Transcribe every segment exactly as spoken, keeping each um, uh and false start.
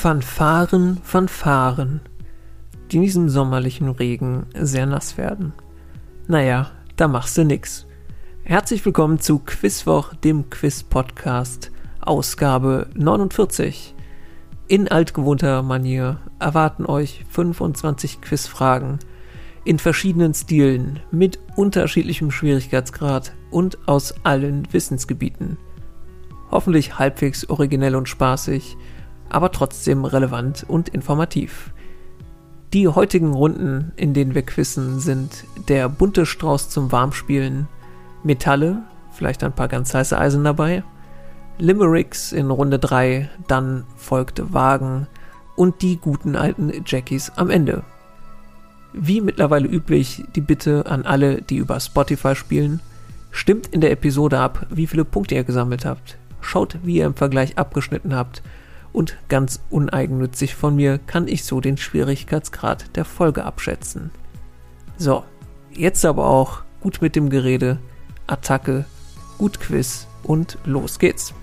Fanfaren, Fanfaren, die in diesem sommerlichen Regen sehr nass werden. Naja, da machst du nix. Herzlich willkommen zu Quizwoch, dem Quiz-Podcast, Ausgabe neunundvierzig. In altgewohnter Manier erwarten euch fünfundzwanzig Quizfragen in verschiedenen Stilen, mit unterschiedlichem Schwierigkeitsgrad und aus allen Wissensgebieten. Hoffentlich halbwegs originell und spaßig, aber trotzdem relevant und informativ. Die heutigen Runden, in denen wir quizzen, sind der bunte Strauß zum Warmspielen, Metalle, vielleicht ein paar ganz heiße Eisen dabei, Limericks in Runde drei, dann folgt Wagen und die guten alten Jackies am Ende. Wie mittlerweile üblich, die Bitte an alle, die über Spotify spielen: Stimmt in der Episode ab, wie viele Punkte ihr gesammelt habt. Schaut, wie ihr im Vergleich abgeschnitten habt. Und ganz uneigennützig von mir kann ich so den Schwierigkeitsgrad der Folge abschätzen. So, jetzt aber auch gut mit dem Gerede, Attacke, gut Quiz und los geht's.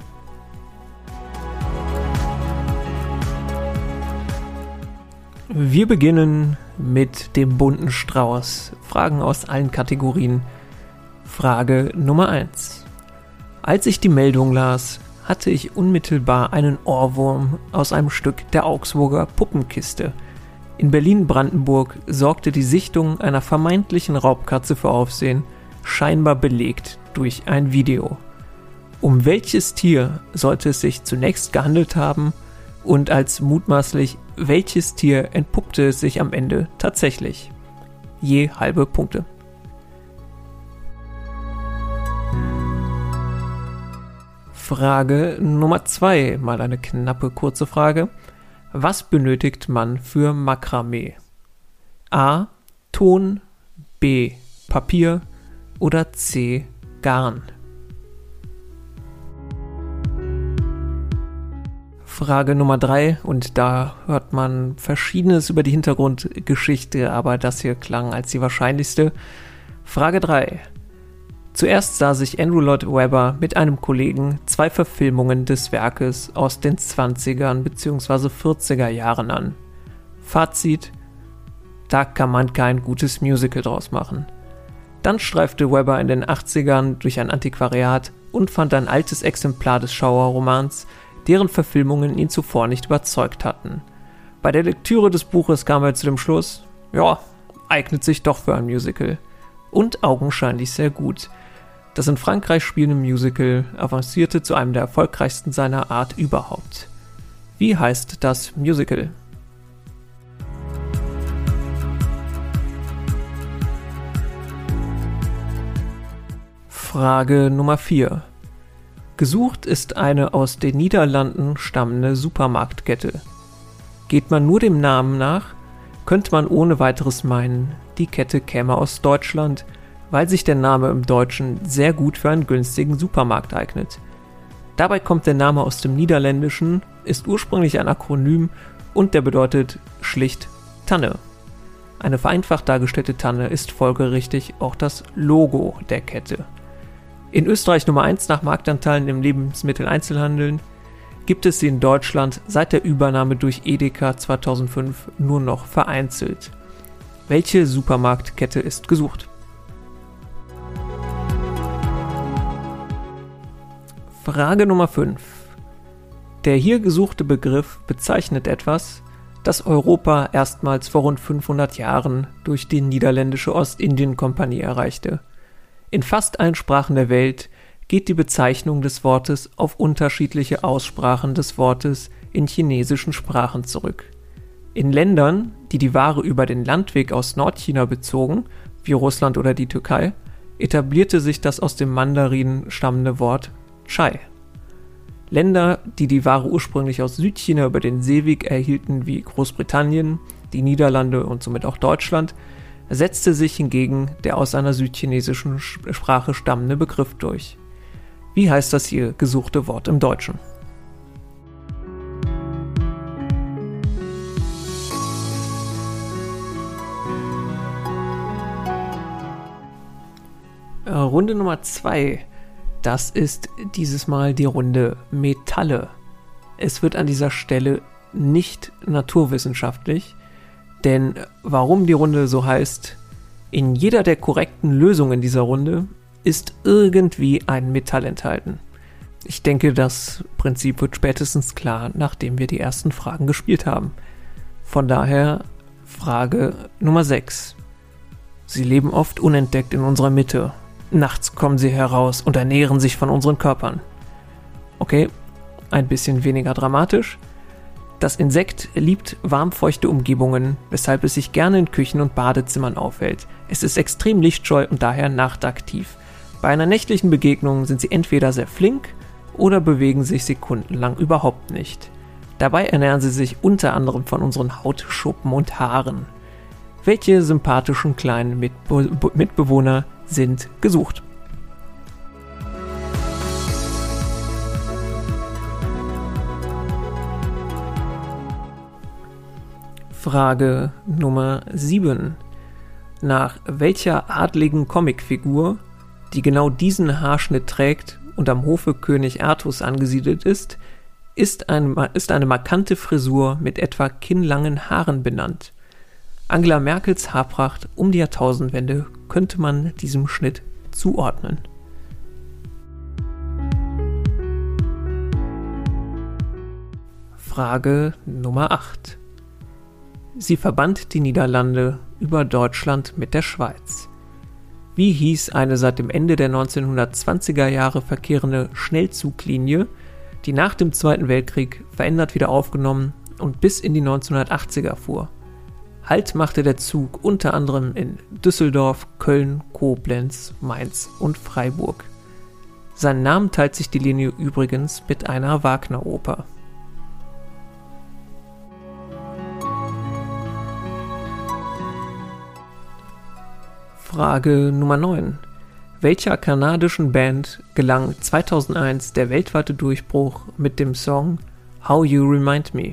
Wir beginnen mit dem bunten Strauß. Fragen aus allen Kategorien. Frage Nummer eins. Als ich die Meldung las, hatte ich unmittelbar einen Ohrwurm aus einem Stück der Augsburger Puppenkiste. In Berlin-Brandenburg sorgte die Sichtung einer vermeintlichen Raubkatze für Aufsehen, scheinbar belegt durch ein Video. Um welches Tier sollte es sich zunächst gehandelt haben und als mutmaßlich welches Tier entpuppte es sich am Ende tatsächlich? Je halbe Punkte. Frage Nummer zwei, mal eine knappe, kurze Frage. Was benötigt man für Makramee? A. Ton, B. Papier oder C. Garn? Frage Nummer drei, und da hört man Verschiedenes über die Hintergrundgeschichte, aber das hier klang als die wahrscheinlichste. Frage drei. Zuerst sah sich Andrew Lloyd Webber mit einem Kollegen zwei Verfilmungen des Werkes aus den zwanzigern bzw. vierziger Jahren an. Fazit: Da kann man kein gutes Musical draus machen. Dann streifte Webber in den achtzigern durch ein Antiquariat und fand ein altes Exemplar des Schauerromans, deren Verfilmungen ihn zuvor nicht überzeugt hatten. Bei der Lektüre des Buches kam er zu dem Schluss: Ja, eignet sich doch für ein Musical. Und augenscheinlich sehr gut. Das in Frankreich spielende Musical avancierte zu einem der erfolgreichsten seiner Art überhaupt. Wie heißt das Musical? Frage Nummer vier. Gesucht ist eine aus den Niederlanden stammende Supermarktkette. Geht man nur dem Namen nach, könnte man ohne weiteres meinen, die Kette käme aus Deutschland, weil sich der Name im Deutschen sehr gut für einen günstigen Supermarkt eignet. Dabei kommt der Name aus dem Niederländischen, ist ursprünglich ein Akronym und der bedeutet schlicht Tanne. Eine vereinfacht dargestellte Tanne ist folgerichtig auch das Logo der Kette. In Österreich Nummer eins nach Marktanteilen im Lebensmitteleinzelhandel, gibt es sie in Deutschland seit der Übernahme durch Edeka zweitausendfünf nur noch vereinzelt. Welche Supermarktkette ist gesucht? Frage Nummer fünf. Der hier gesuchte Begriff bezeichnet etwas, das Europa erstmals vor rund fünfhundert Jahren durch die niederländische Ostindien-Kompanie erreichte. In fast allen Sprachen der Welt geht die Bezeichnung des Wortes auf unterschiedliche Aussprachen des Wortes in chinesischen Sprachen zurück. In Ländern, die die Ware über den Landweg aus Nordchina bezogen, wie Russland oder die Türkei, etablierte sich das aus dem Mandarin stammende Wort Chai. Länder, die die Ware ursprünglich aus Südchina über den Seeweg erhielten, wie Großbritannien, die Niederlande und somit auch Deutschland, setzte sich hingegen der aus einer südchinesischen Sprache stammende Begriff durch. Wie heißt das hier gesuchte Wort im Deutschen? Runde Nummer zwei. Das ist dieses Mal die Runde Metalle. Es wird an dieser Stelle nicht naturwissenschaftlich, denn warum die Runde so heißt, in jeder der korrekten Lösungen dieser Runde ist irgendwie ein Metall enthalten. Ich denke, das Prinzip wird spätestens klar, nachdem wir die ersten Fragen gespielt haben. Von daher Frage Nummer sechs. Sie leben oft unentdeckt in unserer Mitte. Nachts kommen sie heraus und ernähren sich von unseren Körpern. Okay, ein bisschen weniger dramatisch. Das Insekt liebt warmfeuchte Umgebungen, weshalb es sich gerne in Küchen und Badezimmern aufhält. Es ist extrem lichtscheu und daher nachtaktiv. Bei einer nächtlichen Begegnung sind sie entweder sehr flink oder bewegen sich sekundenlang überhaupt nicht. Dabei ernähren sie sich unter anderem von unseren Hautschuppen und Haaren. Welche sympathischen kleinen Mitbe- Mitbewohner sind gesucht? Frage Nummer sieben. Nach welcher adligen Comicfigur, die genau diesen Haarschnitt trägt und am Hofe König Artus angesiedelt ist, ist, ein, ist eine markante Frisur mit etwa kinnlangen Haaren benannt? Angela Merkels Haarpracht um die Jahrtausendwende könnte man diesem Schnitt zuordnen. Frage Nummer acht. Sie verband die Niederlande über Deutschland mit der Schweiz. Wie hieß eine seit dem Ende der neunzehnhundertzwanziger Jahre verkehrende Schnellzuglinie, die nach dem Zweiten Weltkrieg verändert wieder aufgenommen und bis in die neunzehnhundertachtziger fuhr? Halt machte der Zug unter anderem in Düsseldorf, Köln, Koblenz, Mainz und Freiburg. Seinen Namen teilt sich die Linie übrigens mit einer Wagner-Oper. Frage Nummer neun. Welcher kanadischen Band gelang zweitausendeins der weltweite Durchbruch mit dem Song How You Remind Me?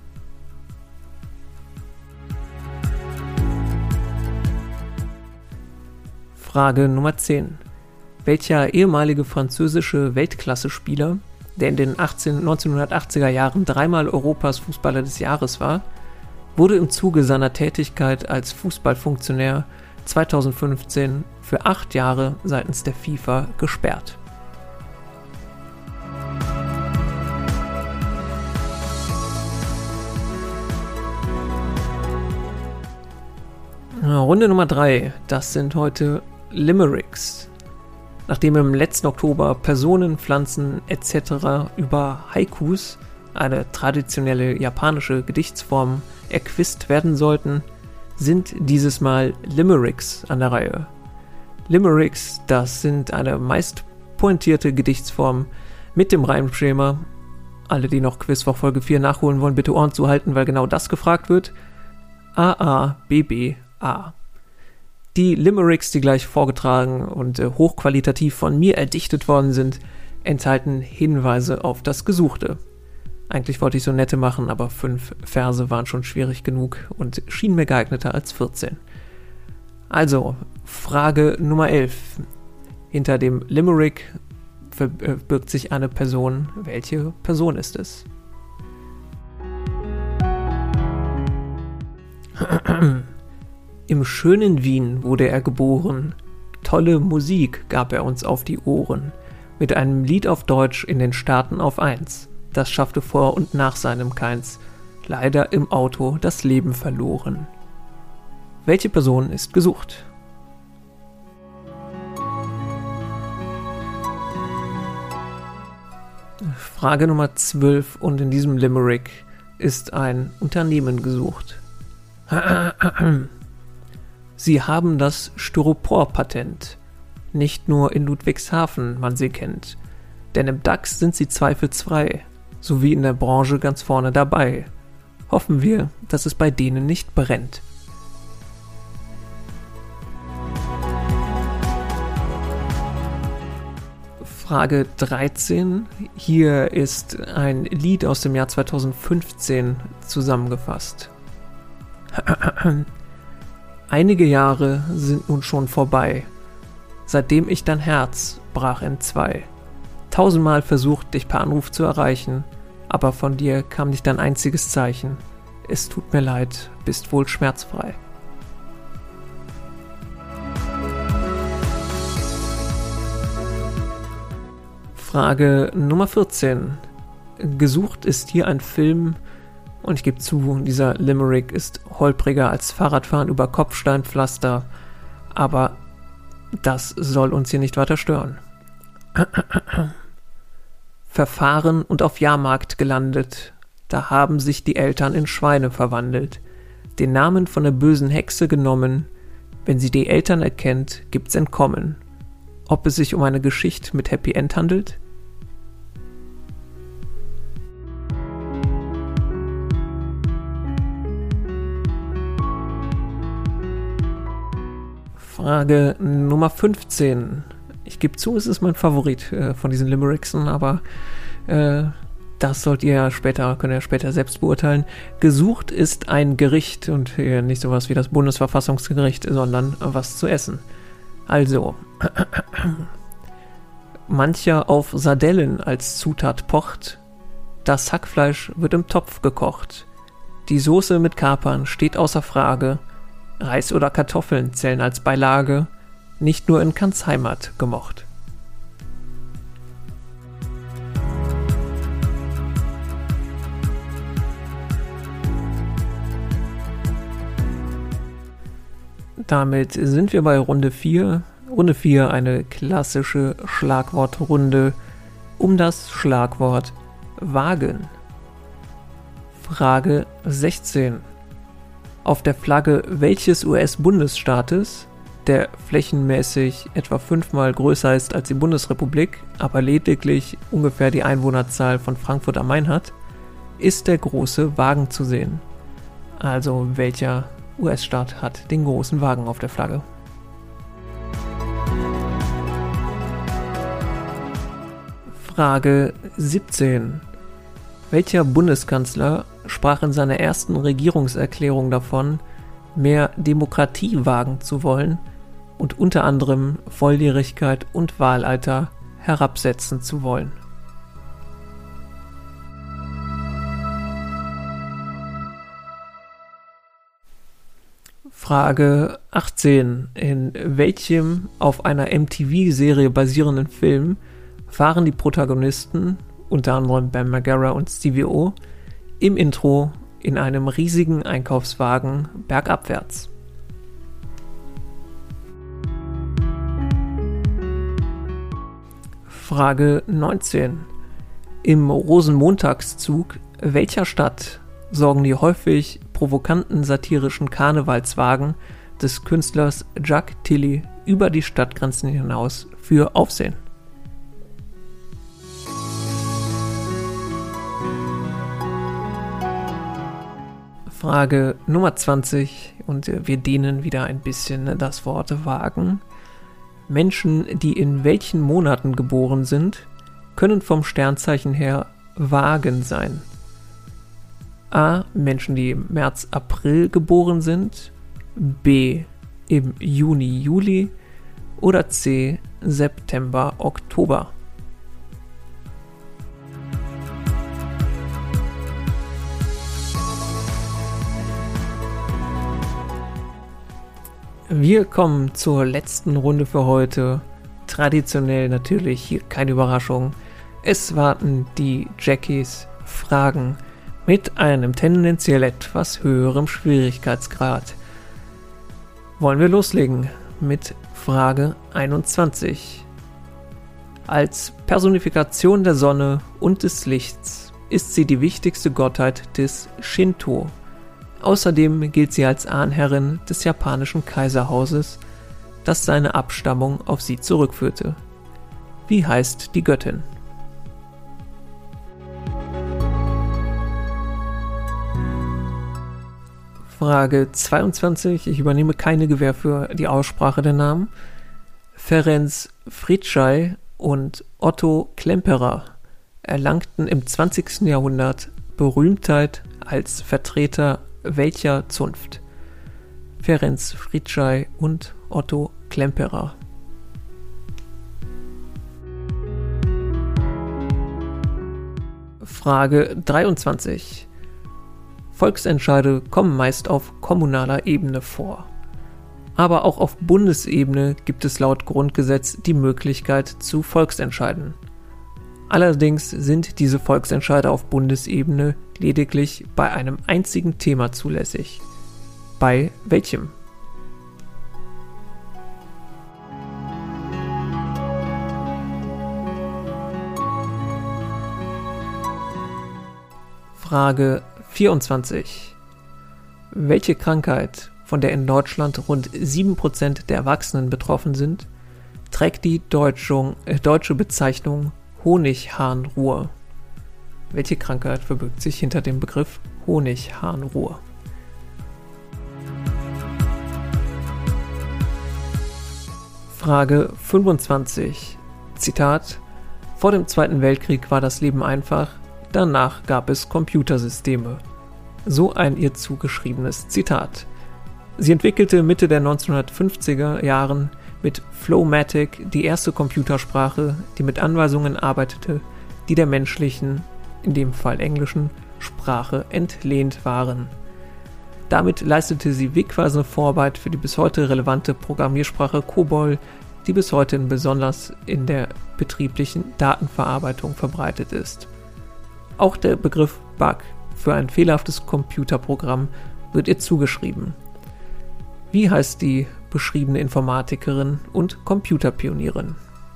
Frage Nummer zehn. Welcher ehemalige französische Weltklasse-Spieler, der in den neunzehnhundertachtziger Jahren dreimal Europas Fußballer des Jahres war, wurde im Zuge seiner Tätigkeit als Fußballfunktionär zweitausendfünfzehn für acht Jahre seitens der FIFA gesperrt? Runde Nummer drei, das sind heute Limericks. Nachdem im letzten Oktober Personen, Pflanzen et cetera über Haikus, eine traditionelle japanische Gedichtsform, erquizt werden sollten, sind dieses Mal Limericks an der Reihe. Limericks, das sind eine meist pointierte Gedichtsform mit dem Reimschema. Alle, die noch Quizwoch Folge vier nachholen wollen, bitte Ohren zuhalten, weil genau das gefragt wird. A A B B A. Die Limericks, die gleich vorgetragen und äh, hochqualitativ von mir erdichtet worden sind, enthalten Hinweise auf das Gesuchte. Eigentlich wollte ich so nette machen, aber fünf Verse waren schon schwierig genug und schienen mir geeigneter als vierzehn. Also, Frage Nummer elf. Hinter dem Limerick verbirgt sich eine Person. Welche Person ist es? Im schönen Wien wurde er geboren. Tolle Musik gab er uns auf die Ohren. Mit einem Lied auf Deutsch in den Staaten auf eins. Das schaffte vor und nach seinem Keins. Leider im Auto das Leben verloren. Welche Person ist gesucht? Frage Nummer zwölf, und in diesem Limerick ist ein Unternehmen gesucht. Sie haben das Styropor-Patent. Nicht nur in Ludwigshafen man sie kennt. Denn im DAX sind sie zweifelsfrei, sowie in der Branche ganz vorne dabei. Hoffen wir, dass es bei denen nicht brennt. Frage dreizehn. Hier ist ein Lied aus dem Jahr zweitausendfünfzehn zusammengefasst. Einige Jahre sind nun schon vorbei, seitdem ich dein Herz brach entzwei. Tausendmal versucht, dich per Anruf zu erreichen, aber von dir kam nicht ein einziges Zeichen. Es tut mir leid, bist wohl schmerzfrei. Frage Nummer vierzehn. Gesucht ist hier ein Film, und ich gebe zu, dieser Limerick ist holpriger als Fahrradfahren über Kopfsteinpflaster, aber das soll uns hier nicht weiter stören. Verfahren und auf Jahrmarkt gelandet, da haben sich die Eltern in Schweine verwandelt, den Namen von der bösen Hexe genommen, wenn sie die Eltern erkennt, gibt's Entkommen. Ob es sich um eine Geschichte mit Happy End handelt? Frage Nummer fünfzehn. Ich gebe zu, es ist mein Favorit äh, von diesen Limericksen, aber äh, das sollt ihr ja später, könnt ihr später selbst beurteilen. Gesucht ist ein Gericht und äh, nicht sowas wie das Bundesverfassungsgericht, sondern was zu essen. Also, mancher auf Sardellen als Zutat pocht, das Hackfleisch wird im Topf gekocht. Die Soße mit Kapern steht außer Frage, Reis oder Kartoffeln zählen als Beilage, nicht nur in Kants Heimat gemocht. Damit sind wir bei Runde vier. Runde vier, eine klassische Schlagwortrunde um das Schlagwort Wagen. Frage sechzehn. Auf der Flagge welches U S-Bundesstaates, der flächenmäßig etwa fünfmal größer ist als die Bundesrepublik, aber lediglich ungefähr die Einwohnerzahl von Frankfurt am Main hat, ist der große Wagen zu sehen? Also welcher U S-Staat hat den großen Wagen auf der Flagge? Frage siebzehn. Welcher Bundeskanzler sprach in seiner ersten Regierungserklärung davon, mehr Demokratie wagen zu wollen und unter anderem Volljährigkeit und Wahlalter herabsetzen zu wollen? Frage achtzehn. In welchem auf einer M T V-Serie basierenden Film fahren die Protagonisten, unter anderem Bam Margera und Stevie O, im Intro in einem riesigen Einkaufswagen bergabwärts? Frage neunzehn. Im Rosenmontagszug welcher Stadt sorgen die häufig provokanten satirischen Karnevalswagen des Künstlers Jacques Tilly über die Stadtgrenzen hinaus für Aufsehen? Frage Nummer zwanzig, und wir dehnen wieder ein bisschen das Wort Wagen. Menschen, die in welchen Monaten geboren sind, können vom Sternzeichen her Wagen sein. A. Menschen, die im März, April geboren sind. B. Im Juni, Juli. Oder C. September, Oktober. Wir kommen zur letzten Runde für heute. Traditionell natürlich hier keine Überraschung. Es warten die Jackies Fragen mit einem tendenziell etwas höherem Schwierigkeitsgrad. Wollen wir loslegen mit Frage einundzwanzig. Als Personifikation der Sonne und des Lichts ist sie die wichtigste Gottheit des Shinto. Außerdem gilt sie als Ahnherrin des japanischen Kaiserhauses, das seine Abstammung auf sie zurückführte. Wie heißt die Göttin? Frage zweiundzwanzig. Ich übernehme keine Gewähr für die Aussprache der Namen. Ferenc Fritzschei und Otto Klemperer erlangten im zwanzigsten Jahrhundert Berühmtheit als Vertreter welcher Zunft? Ferenc Fritzschei und Otto Klemperer. Frage dreiundzwanzig. Volksentscheide kommen meist auf kommunaler Ebene vor. Aber auch auf Bundesebene gibt es laut Grundgesetz die Möglichkeit zu Volksentscheiden. Allerdings sind diese Volksentscheide auf Bundesebene lediglich bei einem einzigen Thema zulässig. Bei welchem? Frage vierundzwanzig. Welche Krankheit, von der in Deutschland rund sieben Prozent der Erwachsenen betroffen sind, trägt die Deutschung, äh, deutsche Bezeichnung Honigharnruhr? Welche Krankheit verbirgt sich hinter dem Begriff Honigharnruhr? Frage fünfundzwanzig. Zitat: Vor dem Zweiten Weltkrieg war das Leben einfach, danach gab es Computersysteme. So ein ihr zugeschriebenes Zitat. Sie entwickelte Mitte der neunzehnhundertfünfziger Jahren mit Flowmatic die erste Computersprache, die mit Anweisungen arbeitete, die der menschlichen, in dem Fall englischen, Sprache entlehnt waren. Damit leistete sie wegweisende Vorarbeit für die bis heute relevante Programmiersprache COBOL, die bis heute besonders in der betrieblichen Datenverarbeitung verbreitet ist. Auch der Begriff Bug für ein fehlerhaftes Computerprogramm wird ihr zugeschrieben. Wie heißt die beschriebene Informatikerin und Computerpionierin?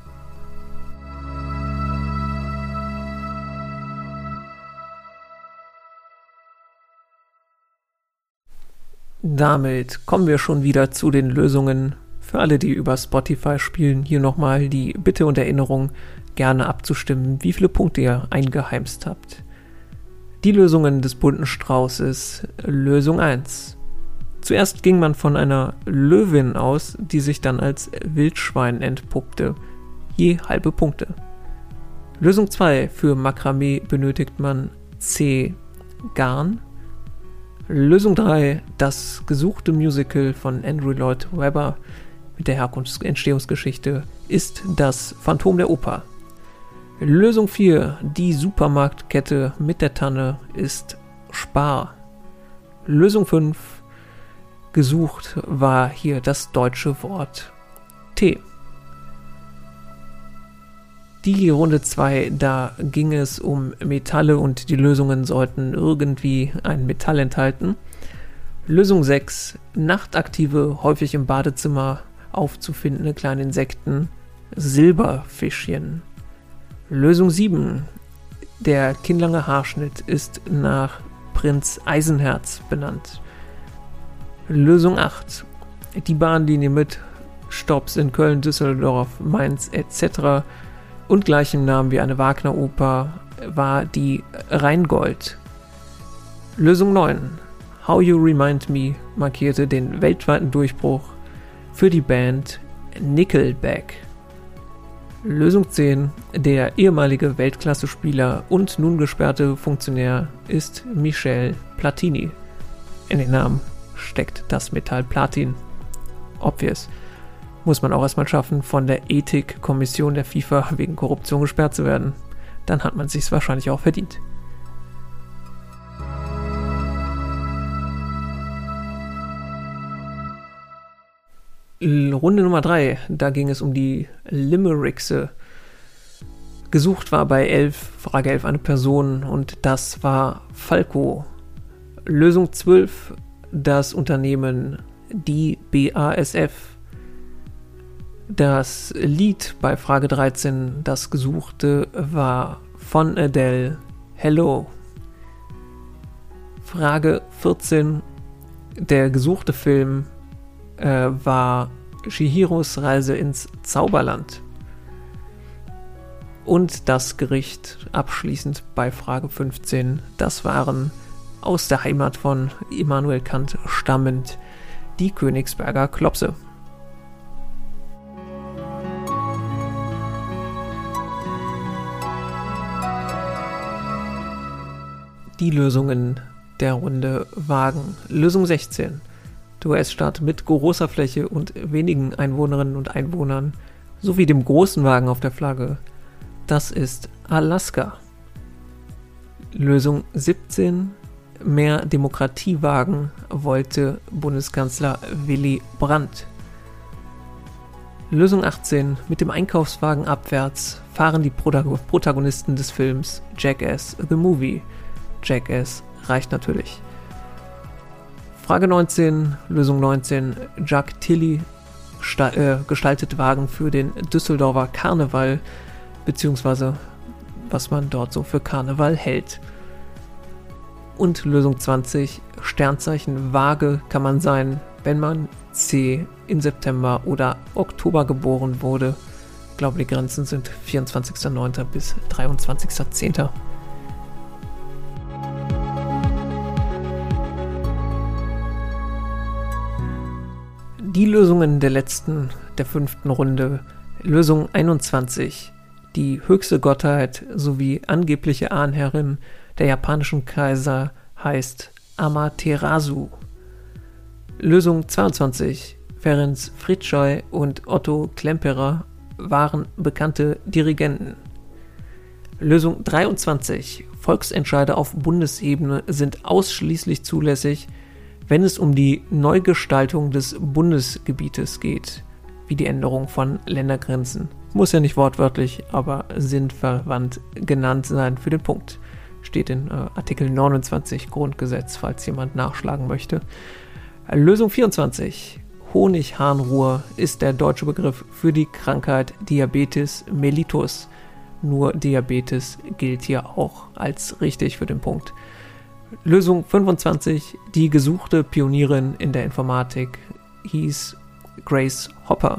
Damit kommen wir schon wieder zu den Lösungen. Für alle, die über Spotify spielen, hier nochmal die Bitte und Erinnerung, gerne abzustimmen, wie viele Punkte ihr eingeheimst habt. Die Lösungen des bunten Straußes. Lösung eins. Zuerst ging man von einer Löwin aus, die sich dann als Wildschwein entpuppte. Je halbe Punkte. Lösung zwei. Für Makramee benötigt man C. Garn. Lösung drei. Das gesuchte Musical von Andrew Lloyd Webber mit der Herkunfts- Entstehungsgeschichte ist das Phantom der Oper. Lösung vier. Die Supermarktkette mit der Tanne ist Spar. Lösung fünf. Gesucht war hier das deutsche Wort Tee. Die Runde zwei, da ging es um Metalle und die Lösungen sollten irgendwie ein Metall enthalten. Lösung sechs, nachtaktive, häufig im Badezimmer aufzufindende kleine Insekten, Silberfischchen. Lösung sieben, der kinnlange Haarschnitt ist nach Prinz Eisenherz benannt. Lösung acht, die Bahnlinie mit Stopps in Köln, Düsseldorf, Mainz et cetera und gleichem Namen wie eine Wagner-Oper war die Rheingold. Lösung neun, How You Remind Me markierte den weltweiten Durchbruch für die Band Nickelback. Lösung zehn, der ehemalige Weltklasse-Spieler und nun gesperrte Funktionär ist Michel Platini. In den Namen steckt das Metall Platin. Obvious. Muss man auch erstmal schaffen, von der Ethikkommission der FIFA wegen Korruption gesperrt zu werden. Dann hat man sich's wahrscheinlich auch verdient. Runde Nummer drei, da ging es um die Limerickse. Gesucht war bei elf, Frage elf eine Person und das war Falco. Lösung zwölf, das Unternehmen die B A S F. Das Lied bei Frage dreizehn, das Gesuchte, war von Adele, Hello. Frage vierzehn, der gesuchte Film äh, war Chihiros Reise ins Zauberland. Und das Gericht abschließend bei Frage fünfzehn, das waren aus der Heimat von Immanuel Kant stammend die Königsberger Klopse. Die Lösungen der Runde Wagen. Lösung sechzehn. Der U S-Staat mit großer Fläche und wenigen Einwohnerinnen und Einwohnern sowie dem großen Wagen auf der Flagge. Das ist Alaska. Lösung siebzehn. Mehr Demokratie wagen wollte Bundeskanzler Willy Brandt. Lösung achtzehn. Mit dem Einkaufswagen abwärts fahren die Protagonisten des Films Jackass The Movie. Jackass reicht natürlich. Frage neunzehn. Lösung neunzehn. Jacques Tilly sta- äh, gestaltet Wagen für den Düsseldorfer Karneval, beziehungsweise was man dort so für Karneval hält. Und Lösung zwanzig. Sternzeichen Waage kann man sein, wenn man C im September oder Oktober geboren wurde. Ich glaube, die Grenzen sind vierundzwanzigster neunter bis dreiundzwanzigster zehnter Die Lösungen der letzten, der fünften Runde. Lösung einundzwanzig. Die höchste Gottheit sowie angebliche Ahnherrin der japanischen Kaiser heißt Amaterasu. Lösung zweiundzwanzig. Ferenc Fritzschei und Otto Klemperer waren bekannte Dirigenten. Lösung dreiundzwanzig. Volksentscheide auf Bundesebene sind ausschließlich zulässig, wenn es um die Neugestaltung des Bundesgebietes geht, wie die Änderung von Ländergrenzen. Muss ja nicht wortwörtlich, aber sinnverwandt genannt sein für den Punkt. Steht in äh, Artikel neunundzwanzig Grundgesetz, falls jemand nachschlagen möchte. Lösung vierundzwanzig. Honigharnruhr ist der deutsche Begriff für die Krankheit Diabetes mellitus. Nur Diabetes gilt hier auch als richtig für den Punkt. Lösung fünfundzwanzig. Die gesuchte Pionierin in der Informatik hieß Grace Hopper.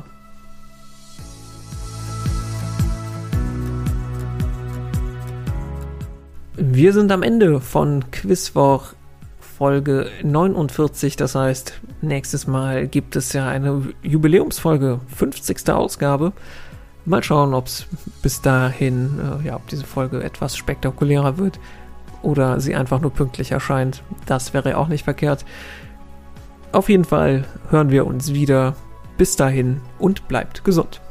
Wir sind am Ende von Quizwoch Folge neunundvierzig, das heißt, nächstes Mal gibt es ja eine Jubiläumsfolge, fünfzigste Ausgabe. Mal schauen, ob es bis dahin, äh, ja, ob diese Folge etwas spektakulärer wird oder sie einfach nur pünktlich erscheint. Das wäre auch nicht verkehrt. Auf jeden Fall hören wir uns wieder. Bis dahin und bleibt gesund.